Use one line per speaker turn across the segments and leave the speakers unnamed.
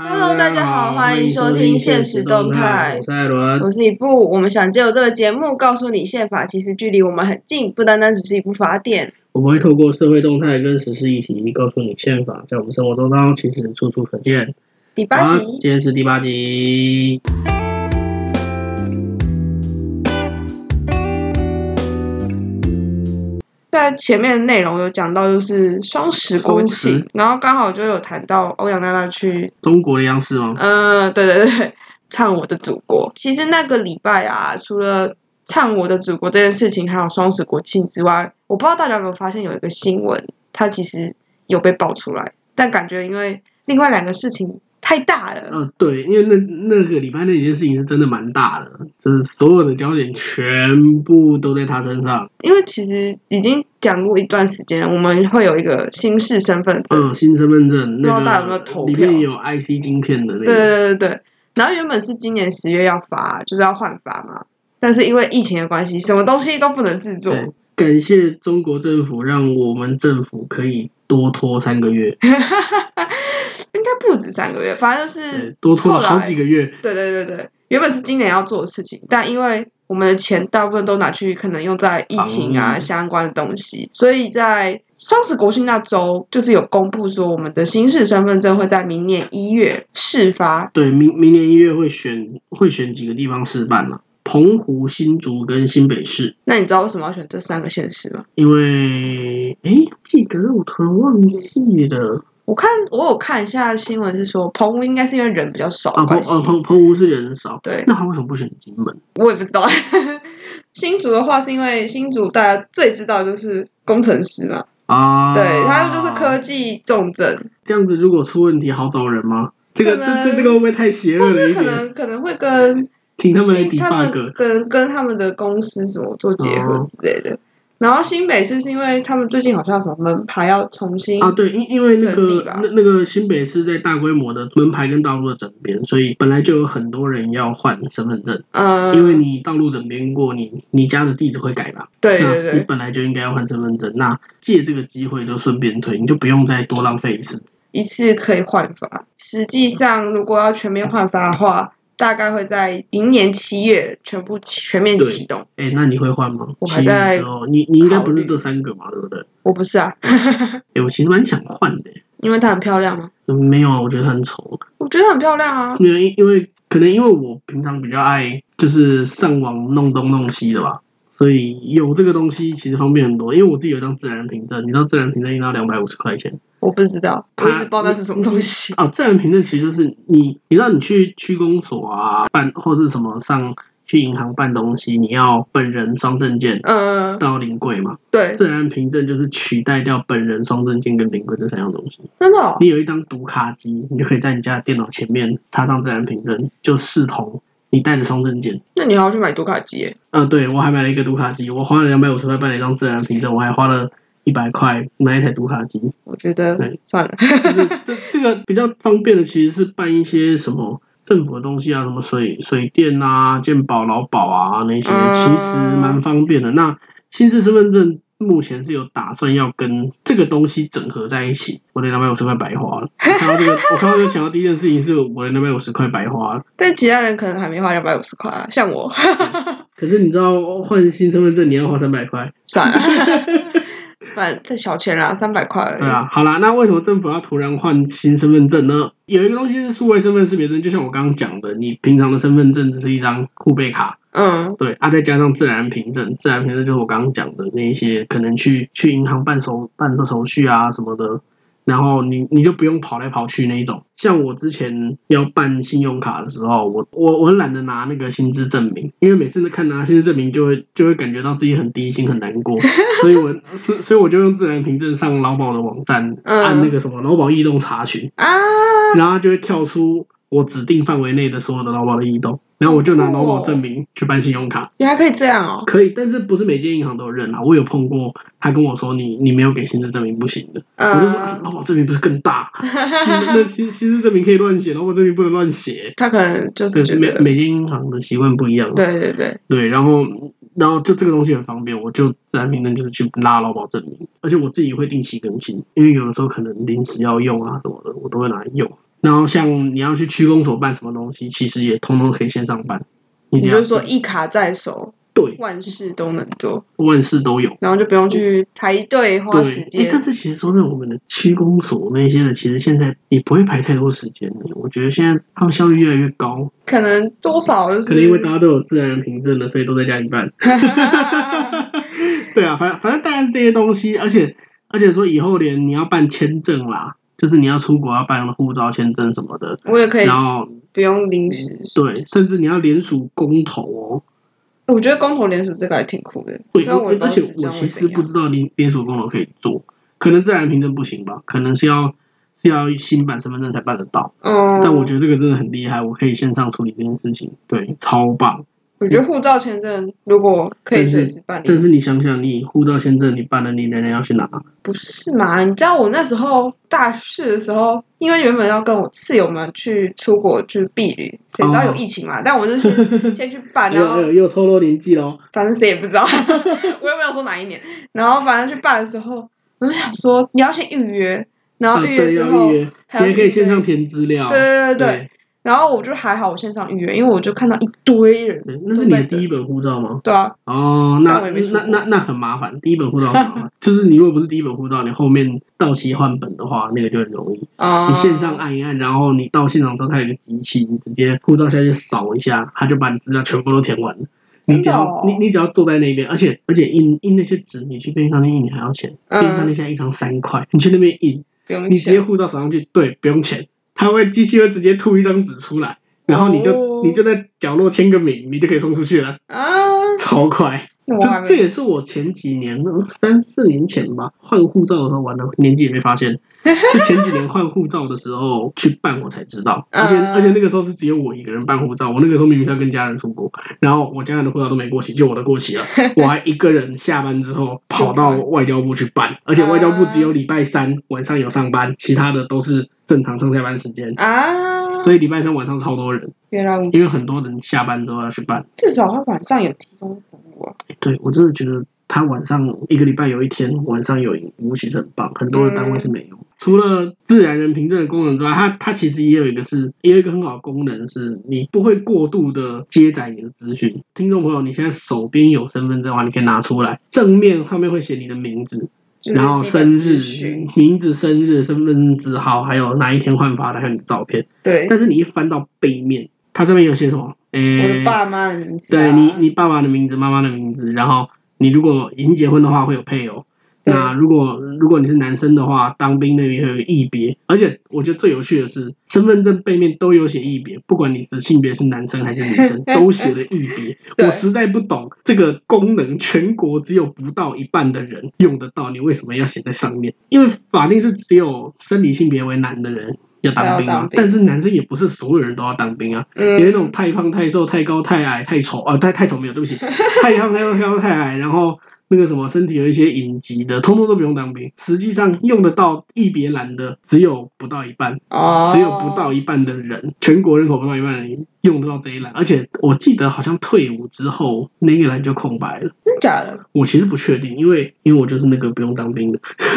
Hello， 大家好，欢迎收听现实动态。
我是艾伦，
我是一部。我们想借由这个节目告诉你，宪法其实距离我们很近，不单单只是一部法典。
我们会透过社会动态跟时事议题，告诉你宪法在我们生活中其实处处可见。
第8集，
今天是第8集。
在前面的内容有讲到，就是双十国庆，然后刚好就有谈到欧阳娜娜去
中国的央视吗？
对，唱我的祖国。其实那个礼拜啊，除了唱我的祖国这件事情，还有双十国庆之外，我不知道大家有没有发现有一个新闻，它其实有被爆出来，但感觉因为另外2个事情太大了。
对，因为那个礼拜那件事情是真的蛮大的，就是所有的焦点全部都在他身上。
因为其实已经讲过一段时间了，我们会有一个新式身份证，
新身份证，
不知道大家有没有投票？
里面有 IC 晶片的那
个。对。然后原本是今年10月要发，就是要换发嘛，但是因为疫情的关系，什么东西都不能制作。
感谢中国政府，让我们政府可以多拖3个月。
应该不止3个月，反正就是
多拖了好几个月。
对，原本是今年要做的事情，但因为我们的钱大部分都拿去可能用在疫情啊相关的东西，所以在双十国庆那周就是有公布说，我们的新式身份证会在明年1月释发。
对，明年1月会选几个地方示范嘛？澎湖、新竹跟新北市。
那你知道为什么要选这3个县市吗？
因为记得我突然忘记了。
我有看一下新闻，是说澎湖应该是因为人比较少的关系。
澎湖是人少。
对，
那他为什么不选金门？
我也不知道。新竹的话，是因为新竹大家最知道的就是工程师嘛。对，他们就是科技重镇。
这样子如果出问题好找人吗？这个会不会太邪恶了一
点？可能会跟
请他们来 debug，
跟他们的公司什么做结合之类的。然后新北市是因为他们最近好像什么门牌要重新
对，因为那个新北市在大规模的门牌跟道路的整编，所以本来就有很多人要换身份证。因为你道路整编过，你家的地址会改吧？
对，
你本来就应该要换身份证。那借这个机会就顺便退，你就不用再多浪费
一次可以换发。实际上，如果要全面换发的话，大概会在明年7月全面启动。
那你会换吗？
我还在
你应该不是这3个嘛，对不对？
我不是啊。
我其实蛮想换的。
因为它很漂亮吗？
没有，我觉得它很丑。
我觉得很漂亮啊。
因为可能因为我平常比较爱就是上网弄东弄西的吧，所以有这个东西其实方便很多。因为我自己有一张自然凭证，你知道自然凭证一张250块钱？
我不知道，我一直不知道那是什么东西。
自然凭证其实就是你知道你去区公所啊办或是什么去银行办东西，你要本人双证件，到临柜嘛。
对，
自然凭证就是取代掉本人双证件跟临柜这3样东西。
真的哦？
你有一张读卡机，你就可以在你家的电脑前面插上自然凭证，就视同你带着双证件。
那你还要去买读卡机耶？
对，我还买了一个读卡机，我花了250块办了一张自然凭证，我还花了100块买一台读卡机。
我觉得算了。
这个比较方便的其实是办一些什么政府的东西啊，什么水电啊、健保、劳保啊那些，其实蛮方便的。那新式身份证目前是有打算要跟这个东西整合在一起。我的250块白花了。我看到这个想到第一件事情是我的250块白花了。
但其他人可能还没花250块啊，像我。
可是你知道换新身份证你要花300块。
算了。反正小钱啦，300块而已。
对啊，好啦，那为什么政府要突然换新身份证呢？有一个东西是数位身份识别证，就像我刚刚讲的，你平常的身份证只是一张护贝卡。对再加上自然凭证，自然凭证就是我刚刚讲的那一些，可能去银行办手续啊什么的。然后你就不用跑来跑去那一种。像我之前要办信用卡的时候，我很懒得拿那个薪资证明，因为每次拿薪资证明就会感觉到自己很低薪很难过，所以我就用自然凭证上劳保的网站，按那个什么劳保异动查询然后就会跳出我指定范围内的所有的劳保的异动。然后我就拿劳保证明去办信用卡。
原来可以这样哦？
可以，但是不是每间银行都有认啊？我有碰过，他跟我说你没有给薪资证明不行的。我就说劳保证明不是更大？那薪资证明可以乱写，劳保证明不能乱写。
他可能就是觉得
每间银行的习惯不一样。
对，
然后就这个东西很方便，我就自然凭证就是去拉劳保证明，而且我自己会定期更新，因为有的时候可能临时要用啊什么的，我都会拿来用。 然后像你要去区公所办什么东西，其实也通通可以线上办。
你就是说一卡在手，
对，
万事都能做，
万事都有，
然后就不用去排队花时间。
但是其实说真的，我们的区公所那些的，其实现在也不会排太多时间。我觉得现在他们效率越来越高，
可能多少就是
可能因为大家都有自然人凭证了，所以都在家里办。对啊，反正大概这些东西，而且说以后连你要办签证啦，就是你要出国要办护照、签证什么的，
我也可以，
然后
不用临时。
对，甚至你要联署公投哦。
我觉得公投联署这个还挺酷的，
对，而且我其实不知道联署公投可以做，可能自然凭证不行吧，可能是要新版身份证才办得到。但我觉得这个真的很厉害，我可以线上处理这件事情，对，超棒。
我觉得护照签证如果可以随时办理，
但是你想想，你护照签证你办了，你仍然要去拿，
不是嘛？你知道我那时候大四的时候，因为原本要跟我室友们去出国去避旅，谁知道有疫情嘛？但我就先去办，然后
又透露年纪咯，
反正谁也不知道，我也没有说哪一年。然后反正去办的时候，我就想说你要先预约，然后预约之后
还可以线上填资料，
对。然后我就还好，我线上预约，因为我就看到一堆人。
那是你的第一本护照吗？
对啊。
哦，那很麻烦，第一本护照很麻烦。就是你如果不是第一本护照，你后面到期换本的话，那个就很容易。你线上按一按，然后你到现场之后，它有个机器，你直接护照下去扫一下，它就把你资料全部都填完了。你只要坐在那边，而且印那些纸，你去便利商店印你还要钱，便利商店现在一张3块，你去那边印，你直接护照扫上去，对，不用钱。机器会直接吐一张纸出来，然后你就在角落签个名，你就可以送出去了，超快。这也是我前几年3-4年前吧换护照的时候玩的，年纪也没发现。就前几年换护照的时候去办，我才知道，而且那个时候是只有我一个人办护照。我那个时候明明是要跟家人出国，然后我家人的护照都没过期，就我的过期了。我还一个人下班之后跑到外交部去办，而且外交部只有礼拜3晚上有上班，其他的都是正常上下班时间啊。所以礼拜3晚上超多人，因为很多人下班之后要去办。
至少他晚上有提供服务啊。
对，我真的觉得他晚上一个礼拜有一天晚上有服务，其实很棒。很多的单位是没有。除了自然人凭证的功能之外，它其实也有一个很好的功能，是你不会过度的接载你的资讯。听众朋友，你现在手边有身份证的话，你可以拿出来，正面上面会写你的名字，然后生日、名字、生日、身份证字号，还有哪一天换发的，还有你的照片。
对。
但是你一翻到背面，它上面有写什么？
我的爸妈的名字。
对，你爸爸的名字、妈妈的名字，然后你如果已经结婚的话，会有配偶。那如果你是男生的话，当兵那边会有役别，而且我觉得最有趣的是，身份证背面都有写役别，不管你的性别是男生还是女生，都写了役别。我实在不懂这个功能，全国只有不到一半的人用得到，你为什么要写在上面？因为法定是只有生理性别为男的人要当兵啊，但是男生也不是所有人都要当兵啊。有那种太胖、太瘦、太高、太矮、太丑太丑没有，对不起，太胖、太高、太矮，然后那个什么身体有一些隐疾的，通通都不用当兵。实际上用得到役别栏的只有不到一半，只有不到一半的人，全国人口不到一半的人用得到这一栏。而且我记得好像退伍之后那一栏就空白了，
真假的？
我其实不确定，因为我就是那个不用当兵的。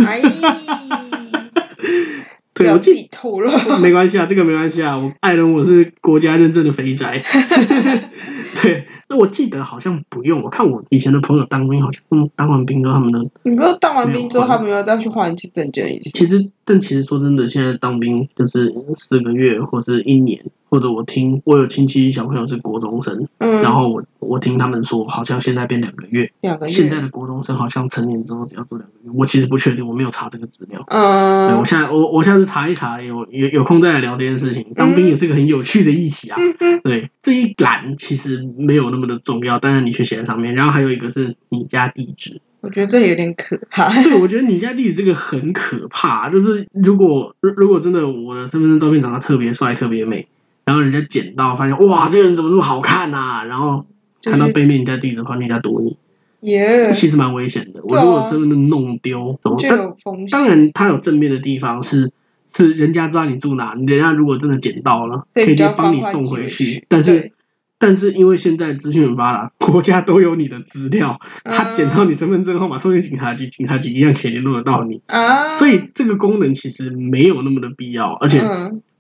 对，我自己
透露，
没关系啊，这个没关系啊。艾伦，我是国家认证的肥宅。对，那我记得好像不用。我看我以前的朋友当兵，好像当完兵之后他们的，
你不是当完兵之后他们要再去换一次证件意思？
其实说真的，现在当兵就是4个月或是1年，或者我有亲戚小朋友是国中生，然后我听他们说，好像现在变2个月。现在的国中生好像成年之后只要做2个月，我其实不确定，我没有查这个资料。对，我下次查一查，有空再来聊这件事情。当兵也是个很有趣的议题啊。对，这一栏其实没有那么的重要，但是你却写在上面。然后还有一个是你家地址。
我觉得这有点可怕。
对，我觉得你家地址这个很可怕。就是如果真的我的身份证照片长得特别帅、特别美，然后人家捡到发现哇，这个人怎么这么好看啊？然后看到背面你家地址的话，人家躲你。这其实蛮危险的。我如果身份证弄丢，
就有风险。
当然，它有正面的地方是人家知道你住哪，人家如果真的捡到了，可以帮你送回去。但是因为现在资讯很发达，国家都有你的资料，他捡到你身份证号码送进警察局，警察局一样可以联络得到你。所以这个功能其实没有那么的必要，而且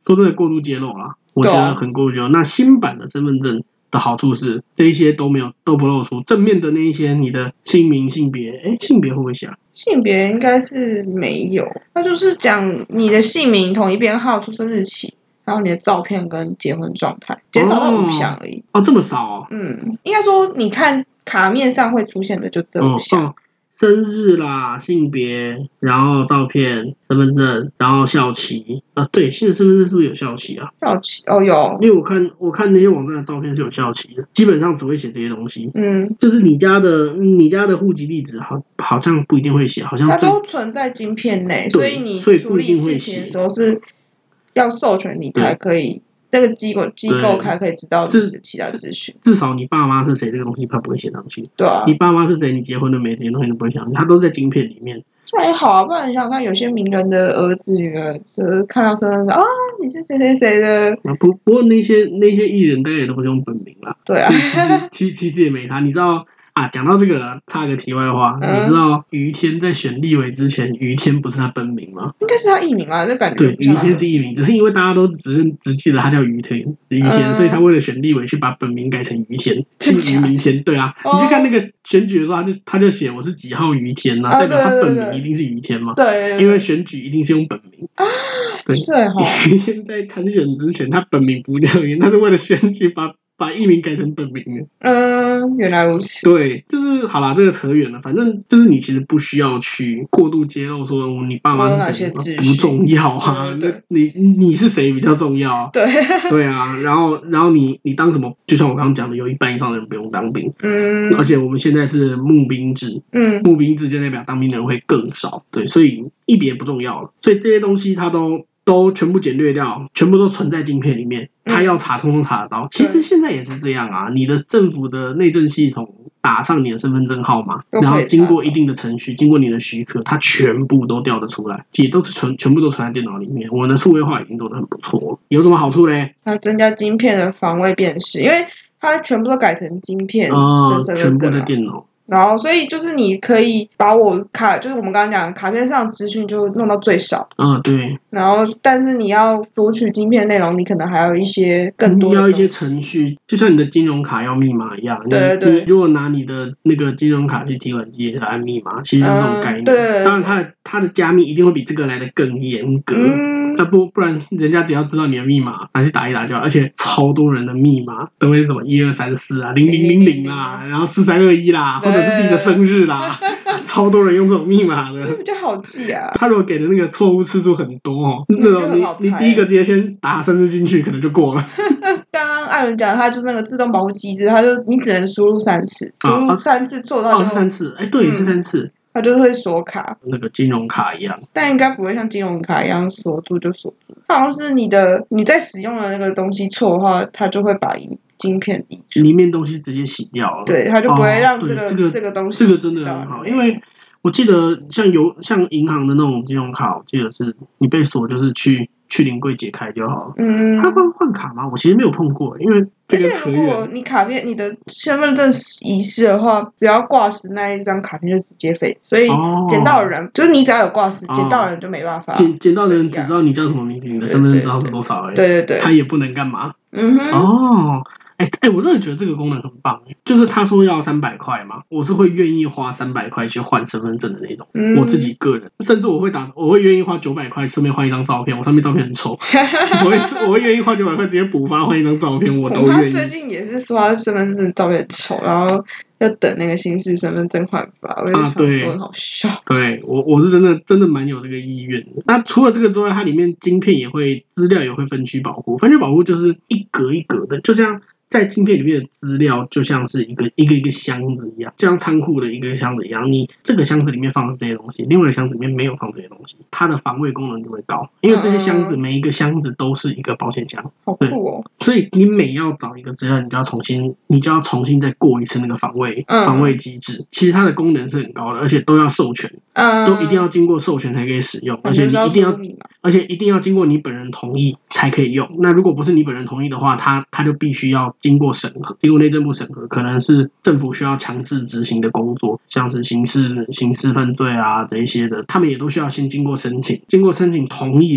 说真的过度揭露啦，我觉得很过度揭露。那新版的身份证的好处是这一些都不露出，正面的那一些你的姓名、性别，性别会不会写？
性别应该是没有，它就是讲你的姓名、统一编号、出生日期，然后你的照片跟结婚状态，减少到5项而已。
这么少哦？
应该说你看卡面上会出现的就这5项。
生日啦，性别，然后照片、身份证，然后校期对，现在身份证是不是有校期啊？
校期有，
因为我看那些网站的照片是有校期的，基本上只会写这些东西。就是你家的户籍地址好像不一定会写，好像
它都存在晶片内，所以你处理事情的时候是要授权你才可以。那个机构才可以知道你的其他资讯。
至少你爸妈是谁这个东西，他不会写上去。
对啊，
你爸妈是谁，你结婚了没这些东西都不会写上去，他都在晶片里面。
这样也好啊，不然你想想看，有些名人的儿子女儿，就是看到身份证你是谁谁谁的。
不过那些艺人大概也都不是用本名啦。
对啊，
其实也没他，你知道。讲到这个，插个题外话，你知道于天在选立委之前，于天不是他本名吗？
应该是他艺名啊，这感觉
对，于天是艺名，只是因为大家都只记得他叫于天，所以他为了选立委去把本名改成于天，姓于明天。对啊，你去看那个选举的时候，他就写我是几号于天啊，代表他本名一定是于天嘛。
对，
因为选举一定是用本名。
对，
于天在参选之前，他本名不叫于天，他是为了选举把艺名改成本名的。
原来如此。
对，就是好啦，这个扯远了。反正就是你其实不需要去过度揭露说你爸妈是谁不重要啊，你是谁比较重要。对啊，然后你当什么？就像我刚刚讲的，有1半以上的人不用当兵。而且我们现在是募兵制。募兵制就代表当兵的人会更少。对，所以一别不重要了。所以这些东西它都全部简略掉，全部都存在晶片里面，他要查通通查得到。其实现在也是这样啊，你的政府的内政系统打上你的身份证号码，然后经过一定的程序，经过你的许可，它全部都调得出来，也都是全部都存在电脑里面。我们的数位化已经做得很不错了。有什么好处嘞？
它增加晶片的防卫辨识，因为它全部都改成晶片的身份证，
全部的电脑。
然后，所以就是你可以把我就是我们刚刚讲的卡片上的资讯就弄到最少。
对。
然后，但是你要读取晶片内容，你可能还有一些更多的
要一些程序，就像你的金融卡要密码一样。
对。
你如果拿你的那个金融卡去提款机也是按密码，其实是这种概念。
对。
当然，它的加密一定会比这个来的更严格。不然人家只要知道你的密码，拿去打一打就好。而且超多人的密码都会是什么1234啊、0000啦，然后4321啦，或者是自己的生日啦，超多人用这种密码的，
比较好记啊。
他如果给的那个错误次数很多那种你第一个直接先打生日进去，可能就过了。
刚刚艾伦讲，他就是那个自动保护机制，他就你只能输入3次，输入3次错的话
是3次，对，是3次。
它就会锁卡，
那个金融卡一样，
但应该不会像金融卡一样锁住就锁住。好像是你在使用的那个东西错的话，它就会把晶片移除，
里面东西直接洗掉了。
对，它就不会让这个东西。
这个真的很好，因为我记得像银行的那种金融卡，我记得是你被锁就是去临柜解开就好了。他会换卡吗？我其实没有碰过，因为这个
如果你卡片你的身份证遗失的话，只要挂失那一张卡片就直接废，所以捡到的人就是你只要有挂失，捡到的人就没办法。
捡到的人只知道你叫什么名字，你的身份证知道是多少而已。
对，
他也不能干嘛。我真的觉得这个功能很棒，就是他说要300块嘛，我是会愿意花300块去换身份证的那种。我自己个人，甚至我会愿意花900块顺便换一张照片，我上面照片很丑，我会愿意花900块直接补发换一张照片，我都愿意。
他最近也是说他身份证照片很丑，然后要等那个新式身份证换发，我就想说很好笑。
对，我是真的蛮有这个意愿的。那除了这个之外，它里面晶片资料也会分区保护，分区保护就是一格一格的，就像在晶片里面的资料就像是一个箱子一样，就像仓库的一个箱子一样，你这个箱子里面放的这些东西，另外一个箱子里面没有放这些东西，它的防卫功能就会高，因为这些箱子每一个箱子都是一个保险箱。
好酷哦！
所以你每要找一个资料，你就要重新再过一次那个防卫机制。其实它的功能是很高的，而且都要授权，都一定要经过授权才可以使用，而且一定要经过你本人同意才可以用。那如果不是你本人同意的话，它就必须要经过审核，经过内政部审核，可能是政府需要强制执行的工作，像是刑事犯罪啊这一些的，他们也都需要先经过申请，同意了，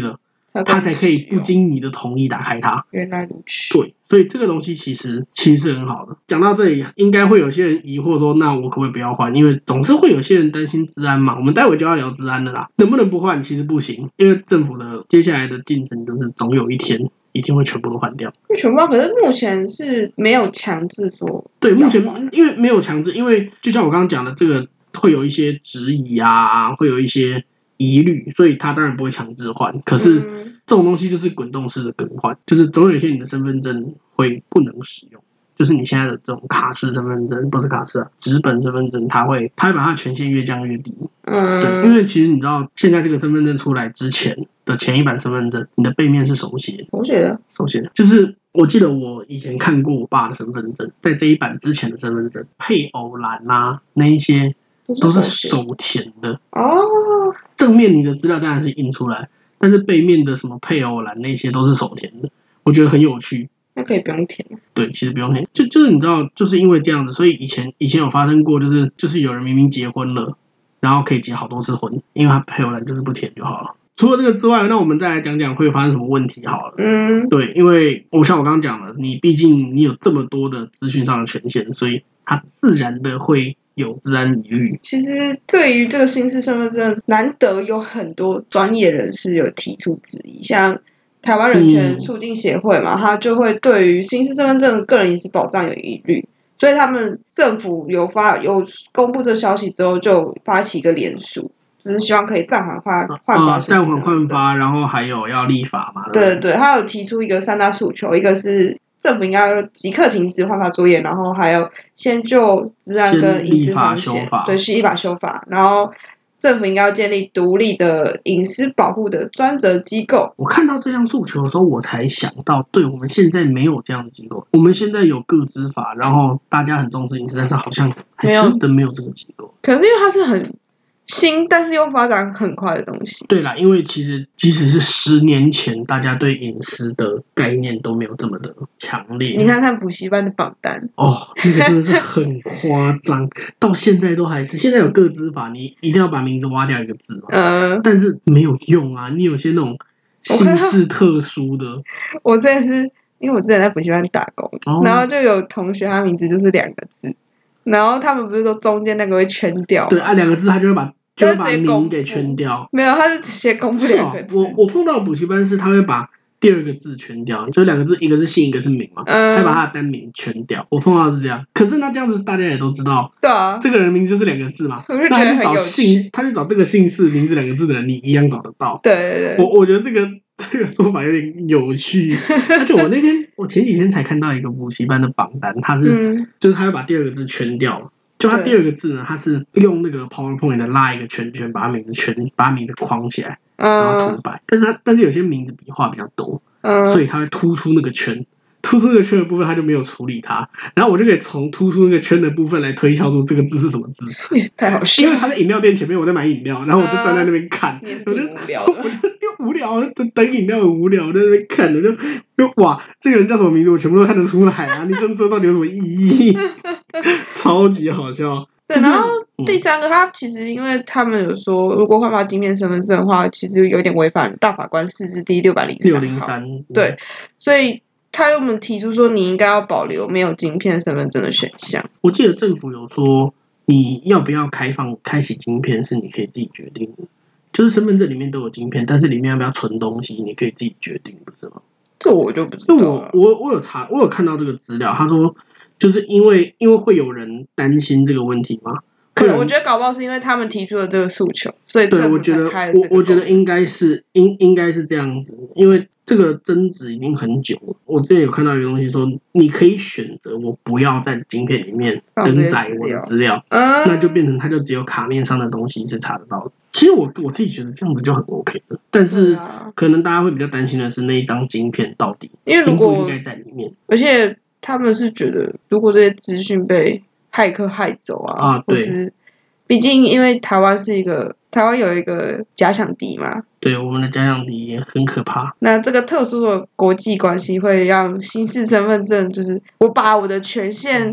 他才可以不经你的同意打开它。
原来如此。
对，所以这个东西其实是很好的。讲到这里，应该会有些人疑惑说，那我可不可以不要换？因为总是会有些人担心治安嘛。我们待会就要聊治安的啦，能不能不换？其实不行，因为政府的接下来的进程就是总有一天会全部都换掉。
全部，可是目前是没有强制说。
对，目前因为没有强制，因为就像我刚刚讲的，这个会有一些质疑啊，会有一些疑虑，所以他当然不会强制换。可是这种东西就是滚动式的更换，就是总有一天你的身份证会不能使用。就是你现在的这种卡式身份证，不是卡式啊，纸本身份证，它会把它的权限越降越低。对，因为其实你知道，现在这个身份证出来之前的前一版身份证，你的背面是手写的，就是我记得我以前看过我爸的身份证，在这一版之前的身份证，配偶栏啊那一些都是手填的哦。正面你的资料当然是印出来，但是背面的什么配偶栏那些都是手填的，我觉得很有趣。
那可以不用填。
对，其实不用填，就是你知道，就是因为这样子，所以以前有发生过，就是有人明明结婚了，然后可以结好多次婚，因为他配偶栏就是不填就好了。除了这个之外，那我们再来讲讲会发生什么问题好了。对，因为像我刚刚讲了，你毕竟你有这么多的资讯上的权限，所以它自然的会有治安疑虑。
其实对于这个新式身份证，难得有很多专业人士有提出质疑，像台湾人权促进协会嘛，他就会对于新式身份证个人隐私保障有疑虑，所以他们政府有公布这消息之后，就发起一个联署，就是希望可以暂缓换发，
暂缓换发，然后还有要立法嘛。
对，他有提出一个3大诉求，一个是政府应该即刻停止换发作业，然后还有先就治安跟隐私风险，对，是依法修法，然后政府应该要建立独立的隐私保护的专责机构。
我看到这项诉求的时候，我才想到，对，我们现在没有这样的机构。我们现在有个资法，然后大家很重视隐私，但是好像还真的没有这个机构。
可是因为它是很新，但是又发展很快的东西。
对啦，因为其实即使是10年前，大家对隐私的概念都没有这么的强烈。
你看看补习班的榜单
哦，那个真的是很夸张，到现在都还是。现在有个资法，你一定要把名字挖掉一个字嘛。但是没有用啊，你有些那种姓氏特殊的。
我真的是，因为我之前在补习班打工，然后就有同学他名字就是2个字，然后他们不是说中间那个会圈掉吗？
对啊，2个字他就会把名给圈掉。
没有，他是直接公布2个字。
我碰到补习班是他会把第2个字圈掉，就2个字，一个是姓，一个是名嘛，他把他的单名圈掉。我碰到是这样，可是那这样子大家也都知道，
对啊，
这个人名就是2个字嘛，
那他就找姓，
他就找这个姓氏名字2个字的人，你一样找得到。
对，
我觉得这个说法有点有趣，而且我前几天才看到一个补习班的榜单，他就是他会把第2个字圈掉了。就他第2个字呢，他是用那个 PowerPoint 拉一个圈圈，把名字框起来，然后涂白。但是有些名字笔画比较多，所以他会突出那个圈，突出那个圈的部分他就没有处理它，然后我就可以从突出那个圈的部分来推敲出这个字是什么字。
太好笑了！
因为他在饮料店前面，我在买饮料，然后我就站在那边看，
我就无聊的，
我就无聊，等饮料很无聊，在那边看着就哇，这个人叫什么名字，我全部都看得出来啊！你这到底有什么意义？超级好笑。
对，然后第3个，他其实因为他们有说，如果换发晶片身份证的话，其实有点违反大法官释字第603号。对，所以他又们提出说，你应该要保留没有晶片身份证的选项。
我记得政府有说，你要不要开启晶片是你可以自己决定的，就是身份证里面都有晶片，但是里面要不要存东西，你可以自己决定，不是吗？
这我就不知道了。
我有查，我有看到这个资料，他说。就是因为会有人担心这个问题吗？
可能我觉得搞不好是因为他们提出了这个诉求，所以政府才开了这个。
我觉得应该是这样子，因为这个争执已经很久了。我之前有看到一个东西说，你可以选择我不要在晶片里面登载我的资料，那就变成它就只有卡面上的东西是查得到的。其实我自己觉得这样子就很 OK 了，但是可能大家会比较担心的是那一张晶片到底应不应该在里面，
而且。他们是觉得，如果这些资讯被骇客害走啊，或是，毕竟因为台湾有一个假想敌嘛，
对，我们的假想敌也很可怕。
那这个特殊的国际关系会让新式身份证，就是我把我的权限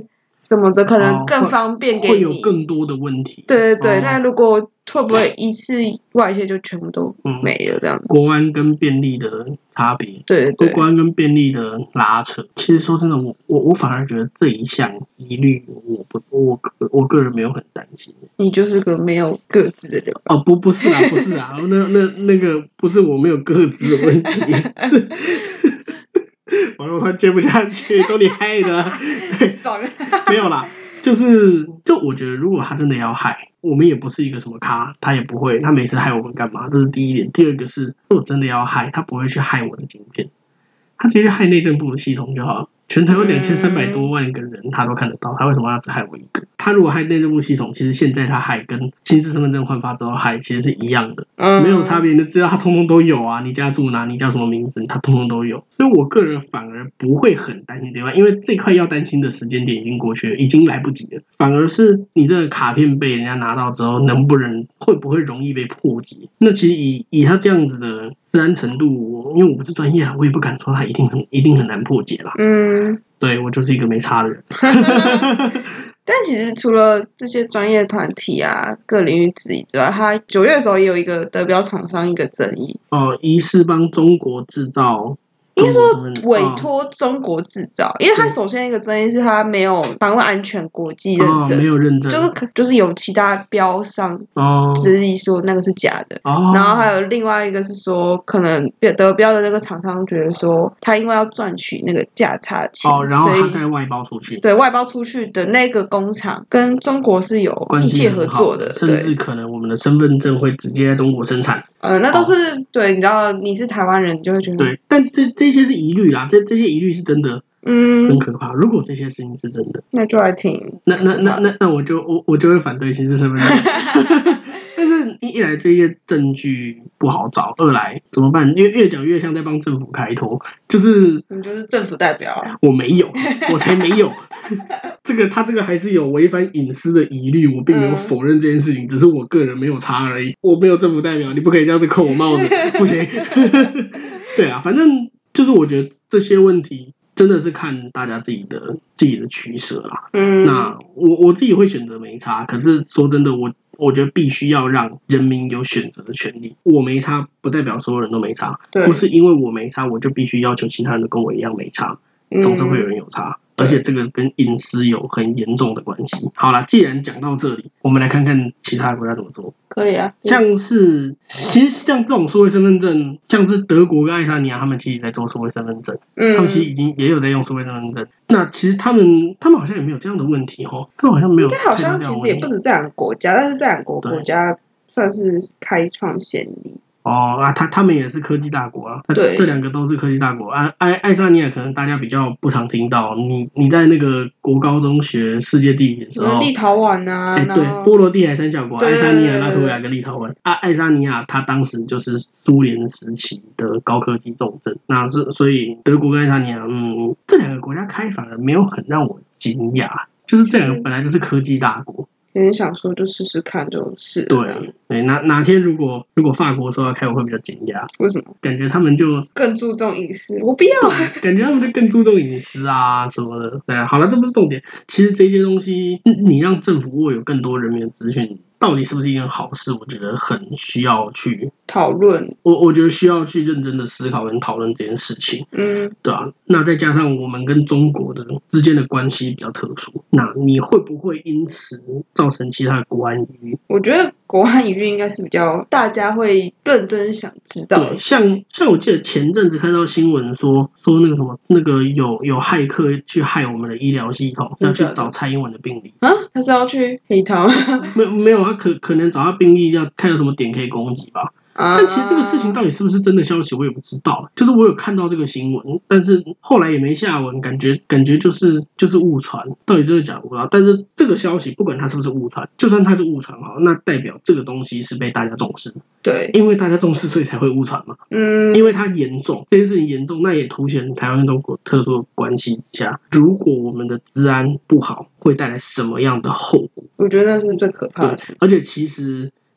什么的，可能更方便给你，
会有更多的问题。
对对对，那如果会不会一次外泄就全部都没了这样子？
国安跟便利的差别，
对对，
国安跟便利的拉扯。其实说真的，我反而觉得这一项疑虑，我个人没有很担心。
你就是个没有个资的人
哦，不是啊，不是啊，那个不是我没有个资的问题，是。完了，他接不下去，都你害的。
爽了，
没有啦，就我觉得，如果他真的要害，我们也不是一个什么咖，他也不会，他每次害我们干嘛？这是第一点。第二个是，如果真的要害，他不会去害我的晶片，他直接害内政部的系统就好了。全台有2300多万个人，他都看得到，他为什么要只害我一个？他如果害内政部系统，其实现在他害跟新制身份证换发之后害其实是一样的，没有差别。你的资料他通通都有啊，你家住哪，你叫什么名字，他通通都有。所以我个人反而不会很担心这块，因为这块要担心的时间点已经过去了，已经来不及了。反而是你这个卡片被人家拿到之后，会不会容易被破解？那其实以他这样子的自然程度，因为我不是专业啊，我也不敢说他一定很难破解啦。对，我就是一个没差的人。
但其实除了这些专业团体啊、各领域质疑之外，他9月的时候也有一个得标厂商一个争议
疑似帮中国制造。
应该说委托中国制造，因为他首先一个争议是他没有访问安全国际认证，
没有认证，
就是有其他标商质疑说那个是假的，然后还有另外一个是说可能得标的那个厂商觉得说他因为要赚取那个价差钱，
然后他再外包出去，
对，外包出去的那个工厂跟中国是有密切合作的，
甚至可能我们的身份证会直接在中国生产。
那都是对，你知道你是台湾人，你就会觉得
对，但这些是疑虑啦，这些疑虑是真的，很可怕。如果这些事情是真的，
那就还挺
那我就会反对刑事身份证。但是一来这些证据不好找，二来怎么办？越讲越像在帮政府开脱，就是
你就是政府代表啊，
我没有，我才没有。他这个还是有违反隐私的疑虑，我并没有否认这件事情，只是我个人没有差而已。我没有政府代表，你不可以这样子扣我帽子，不行。对啊，反正就是我觉得这些问题真的是看大家自己的取舍啦。那我自己会选择没差，可是说真的，我觉得必须要让人民有选择的权利。我没差，不代表所有人都没差，不是因为我没差，我就必须要求其他人都跟我一样没差，总是会有人有差。而且这个跟隐私有很严重的关系。好啦，既然讲到这里，我们来看看其他国家怎么做。
可以啊，
其实像这种数位身份证，像是德国跟爱沙尼亚，他们其实在做数位身份证，他们其实已经也有在用数位身份证。那其实他们好像也没有这样的问题哦，他们好像没有。
应该好像其实也不止这两个国家，但是这两个国家算是开创先例。
他们也是科技大国啊，
对，
这两个都是科技大国。爱沙尼亚可能大家比较不常听到，你在那个国高中学世界地理的时候，
立陶宛啊，
对，波罗的海三小国，爱沙尼亚、拉脱维亚跟立陶宛。爱沙尼亚它当时就是苏联时期的高科技重镇，那所以德国跟爱沙尼亚，这两个国家开反而没有很让我惊讶，就是这两个本来就是科技大国。
有点想说就试试看，就是
对，哪天如果法国说要开，我会比较惊讶。
为什么？
感觉他们就
更注重隐私，我不要。
感觉他们就更注重隐私啊什么的。对，好了，这不是重点。其实这些东西，你让政府握有更多人民的资讯，到底是不是一件好事？我觉得很需要去
讨论。
我觉得需要去认真的思考跟讨论这件事情。对啊。那再加上我们跟中国的之间的关系比较特殊，那你会不会因此造成其他的国安疑虑？
我觉得国安疑虑应该是比较大家会认真想知道的。
像我记得前阵子看到新闻说那个什么，那个有骇客去害我们的医疗系统，要去找蔡英文的病历
啊？他是要去黑他吗？
没有，他可能找他病历要看有什么点可以攻击吧。但其实这个事情到底是不是真的消息，我也不知道。就是我有看到这个新闻，但是后来也没下文，感觉就是误传，到底真的假的不知道。但是这个消息不管它是不是误传，就算它是误传好，那代表这个东西是被大家重视。
对，
因为大家重视，所以才会误传嘛。因为它严重，这件事情严重，那也凸显台湾跟中国特殊的关系之下，如果我们的治安不好，会带来什么样的后果？
我觉得那是最可怕的事情。
而且其实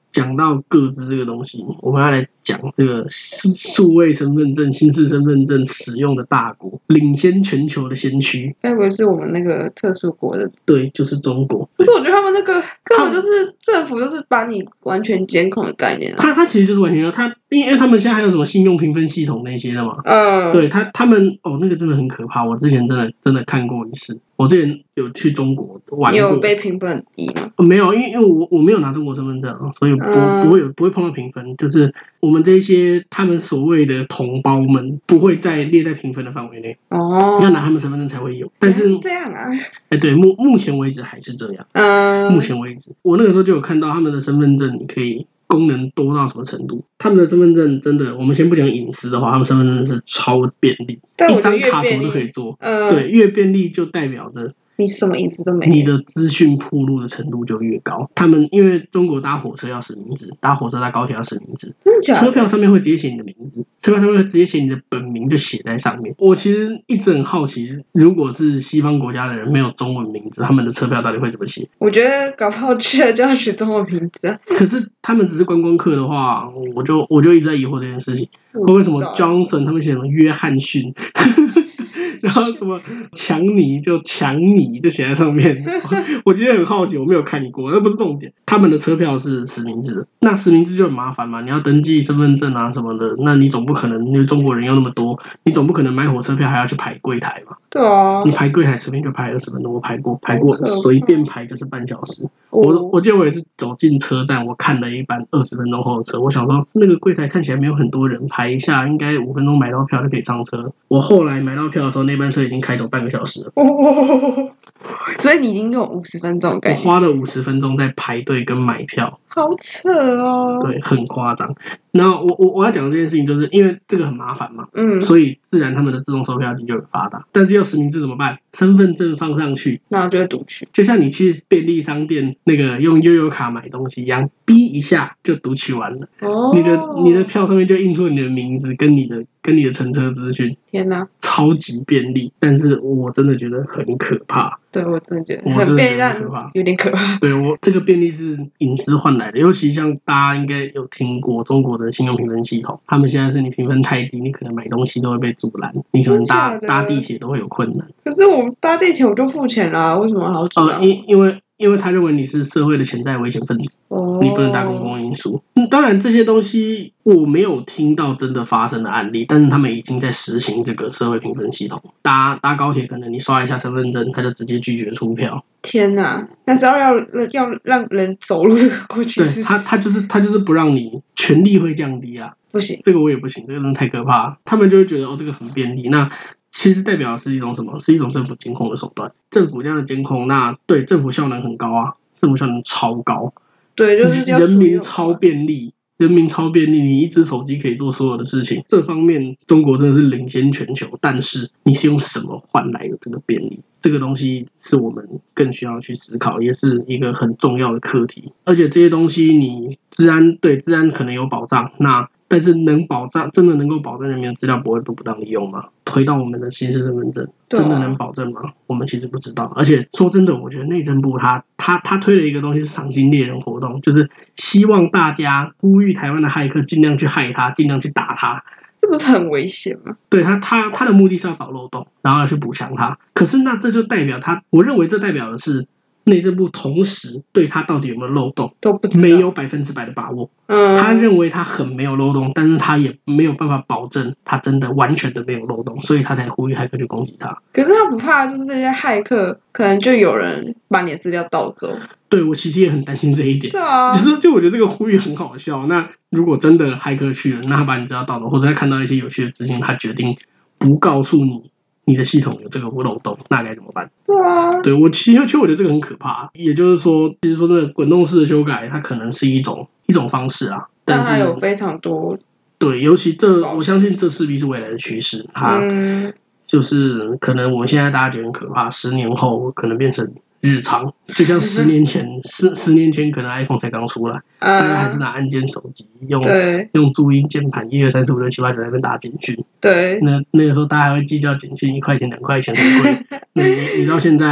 讲到个资这个东西，我们要来讲这个数位身份证、新式身份证使用的大国，领先全球的先驱。
该不会是我们那个特殊国的？
对，就是中国。
可是我觉得他们那个根本就是政府就是把你完全监控的概念啊。
他其实就是完全因为他们现在还有什么信用评分系统那些的嘛。对他们那个真的很可怕。我之前真的看过一次。我之前有去中国玩过。
你有被评分很低吗？
没有，因为我没有拿中国身份证，所以不会碰到评分。就是我们这些他们所谓的同胞们不会再列在评分的范围内。要拿他们身份证才会有。但是
这样啊？
对，目前为止还是这样。目前为止，我那个时候就有看到他们的身份证，你可以功能多到什么程度？他们的身份证真的，我们先不讲隐私的话，他们身份证是超便利，一张卡什么都可以做。对，越便利就代表着
你什么隐私都没有，
你的资讯暴露的程度就越高。他们因为中国搭火车要实名制，搭火车搭高铁要实名制，车票上面会直接写你的名字，车票上面会直接写你的本名，就写在上面。我其实一直很好奇，如果是西方国家的人没有中文名字，他们的车票到底会怎么写？
我觉得搞不好去了就要取中文名字。
可是他们只是观光客的话，我就一直在疑惑这件事情，为什么 Johnson 他们写什么约翰逊？然后什么强尼就写在上面。我其实很好奇，我没有看过，那不是重点。他们的车票是实名制的，那实名制就很麻烦嘛，你要登记身份证啊什么的，那你总不可能，因为中国人又那么多，你总不可能买火车票还要去排柜台嘛。
对啊，
你排柜台随便就排20分钟，我排过随便排就是半小时。我记得我也是走进车站，我看了一班20分钟后的车，我想说那个柜台看起来没有很多人，排一下应该5分钟买到票就可以上车。我后来买到票的时候，那班车已经开走半个小时了。
所以你已经用50分钟，
我花了50分钟在排队跟买票，
好扯哦。
对，很夸张。然后我要讲的这件事情，就是因为这个很麻烦嘛，所以自然他们的自动售票机就很发达。但是要实名制怎么办？身份证放上去，
那就会读取，
就像你去便利商店那个用悠游卡买东西一样，逼一下就读取完了。你的票上面就印出你的名字跟你的乘车资讯。
天哪，
超级便利，但是我真的觉得很可怕。
对，我真的觉得很便利，但有点可怕。
对，这个便利是隐私换来的，尤其像大家应该有听过中国的信用评分系统，他们现在是你评分太低，你可能买东西都会被阻拦，你可能搭地铁都会有困难。
可是我搭地铁我就付钱了，为什么还要阻拦？
因为他认为你是社会的潜在危险分子，你不能搭公共运输。当然这些东西我没有听到真的发生的案例，但是他们已经在实行这个社会评分系统。搭高铁可能你刷一下身份证，他就直接拒绝出票。
天哪！但是要让人走路过去，
对，他就是不让你，权力会降低啊。
不行，
这个我也不行，这个真的太可怕。他们就会觉得这个很便利。那其实代表的是一种什么？是一种政府监控的手段。政府这样的监控，那对政府效能很高啊，政府效能超高。
对，就是
人民超便利，你一只手机可以做所有的事情。这方面中国真的是领先全球，但是你是用什么换来的这个便利？这个东西是我们更需要去思考，也是一个很重要的课题。而且这些东西你治安可能有保障，但是真的能够保证人民的资料不会不当利用吗？推到我们的新式身份证，真的能保证吗？我们其实不知道。而且说真的，我觉得内政部他推了一个东西是赏金猎人活动，就是希望大家呼吁台湾的骇客尽量去害他，尽量去打他。
这不是很危险吗？
对，他的目的是要找漏洞，然后要去补强它。可是那这就代表我认为这代表的是内政部同时对他到底有没有漏洞
都不知道，
没有100%的把握。他认为他很没有漏洞，但是他也没有办法保证他真的完全的没有漏洞，所以他才呼吁骇客去攻击他。
可是他不怕，就是这些骇客可能就有人把你的资料盗走。
对，我其实也很担心这一点。
对啊，
就我觉得这个呼吁很好笑。那如果真的骇客去了，那他把你资料盗走，或者他看到一些有趣的资讯，他决定不告诉你的系统有这个漏洞，那该怎么办？
对啊，
对，其实我觉得这个很可怕。也就是说，其实说那个滚动式的修改，它可能是一种方式啊，
但它有非常多。
对，尤其我相信这势必是未来的趋势。它就是可能我们现在大家觉得很可怕，10年后可能变成日常，就像10年前，10年前可能 iPhone 才刚出来，大家还是拿按键手机，用注音键盘1、2、3、4、5、6、7、8、9在那边打简讯。
对，
那个时候大家还会计较简讯1块钱、2块钱很贵。你到现在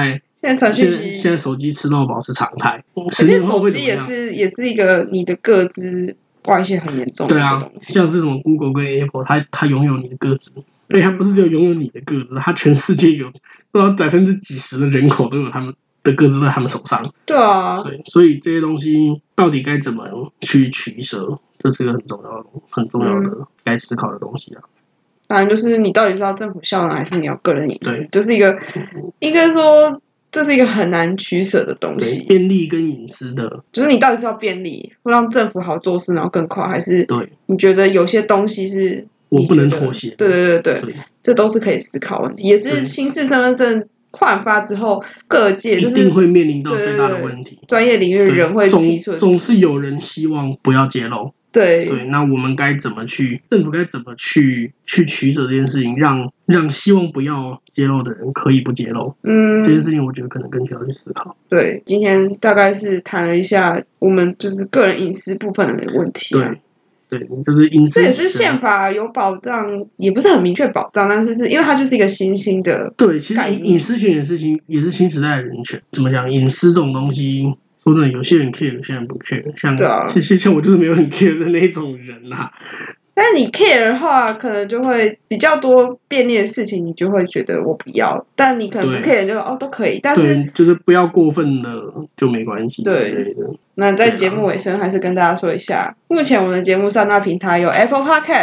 现在传讯息，
现在手机吃到饱是常态。
而且手机也是一个你的个资外泄很严重的东西。对啊，
像这种 Google 跟 Apple， 它拥有你的个资，所以它不是只有拥有你的个资，它全世界有不知道几%的人口都有他们的个资在他们手上。
对啊，
对，所以这些东西到底该怎么去取舍，这是个很重要的该思考的东西啊。
当然，就是你到底是要政府效能，还是你要个人隐私，就是一个应该说这是一个很难取舍的东西。
便利跟隐私的，
就是你到底是要便利，会让政府好做事，然后更快，还是
对
你觉得有些东西是
我不能妥协？
对，这都是可以思考问题，也是新式身份证换发之后，各界就是
一定会面临到最大的问题。
专业领域的人会提出，
总是有人希望不要揭露。对，那我们该怎么去？政府该怎么去取舍这件事情，让希望不要揭露的人可以不揭露？这件事情我觉得可能更需要去思考。
对，今天大概是谈了一下我们就是个人隐私部分的问题。
对，就是隐私。
这也是宪法有保障，也不是很明确保障，但是因为它就是一个新兴的
对，其实隐私权也是新时代的人权。怎么讲？隐私这种东西。说真的，有些人 care， 有些人不 care。像我就是没有很 care 的那种人啦。
但你 care 的话，可能就会比较多便利的事情，你就会觉得我不要。但你可能不 care 就都可以，但是
就是不要过分的就没关系之类的。
那在节目尾声，还是跟大家说一下，目前我们的节目上架平台有 Apple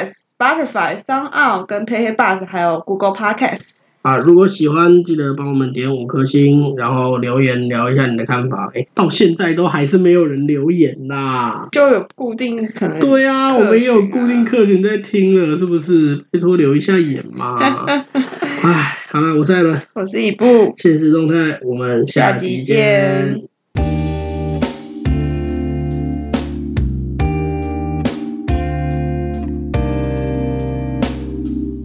Podcast、Spotify、SoundOn 跟 KKBOX， 还有 Google Podcast。
如果喜欢，记得帮我们点5颗星，然后留言聊一下你的看法。到现在都还是没有人留言啦，
就有固定可能。
对啊，我们也有固定客群在听了，是不是？拜托留一下言嘛。好了，我是艾伦，
我是一步，
现实动态，我们下集见。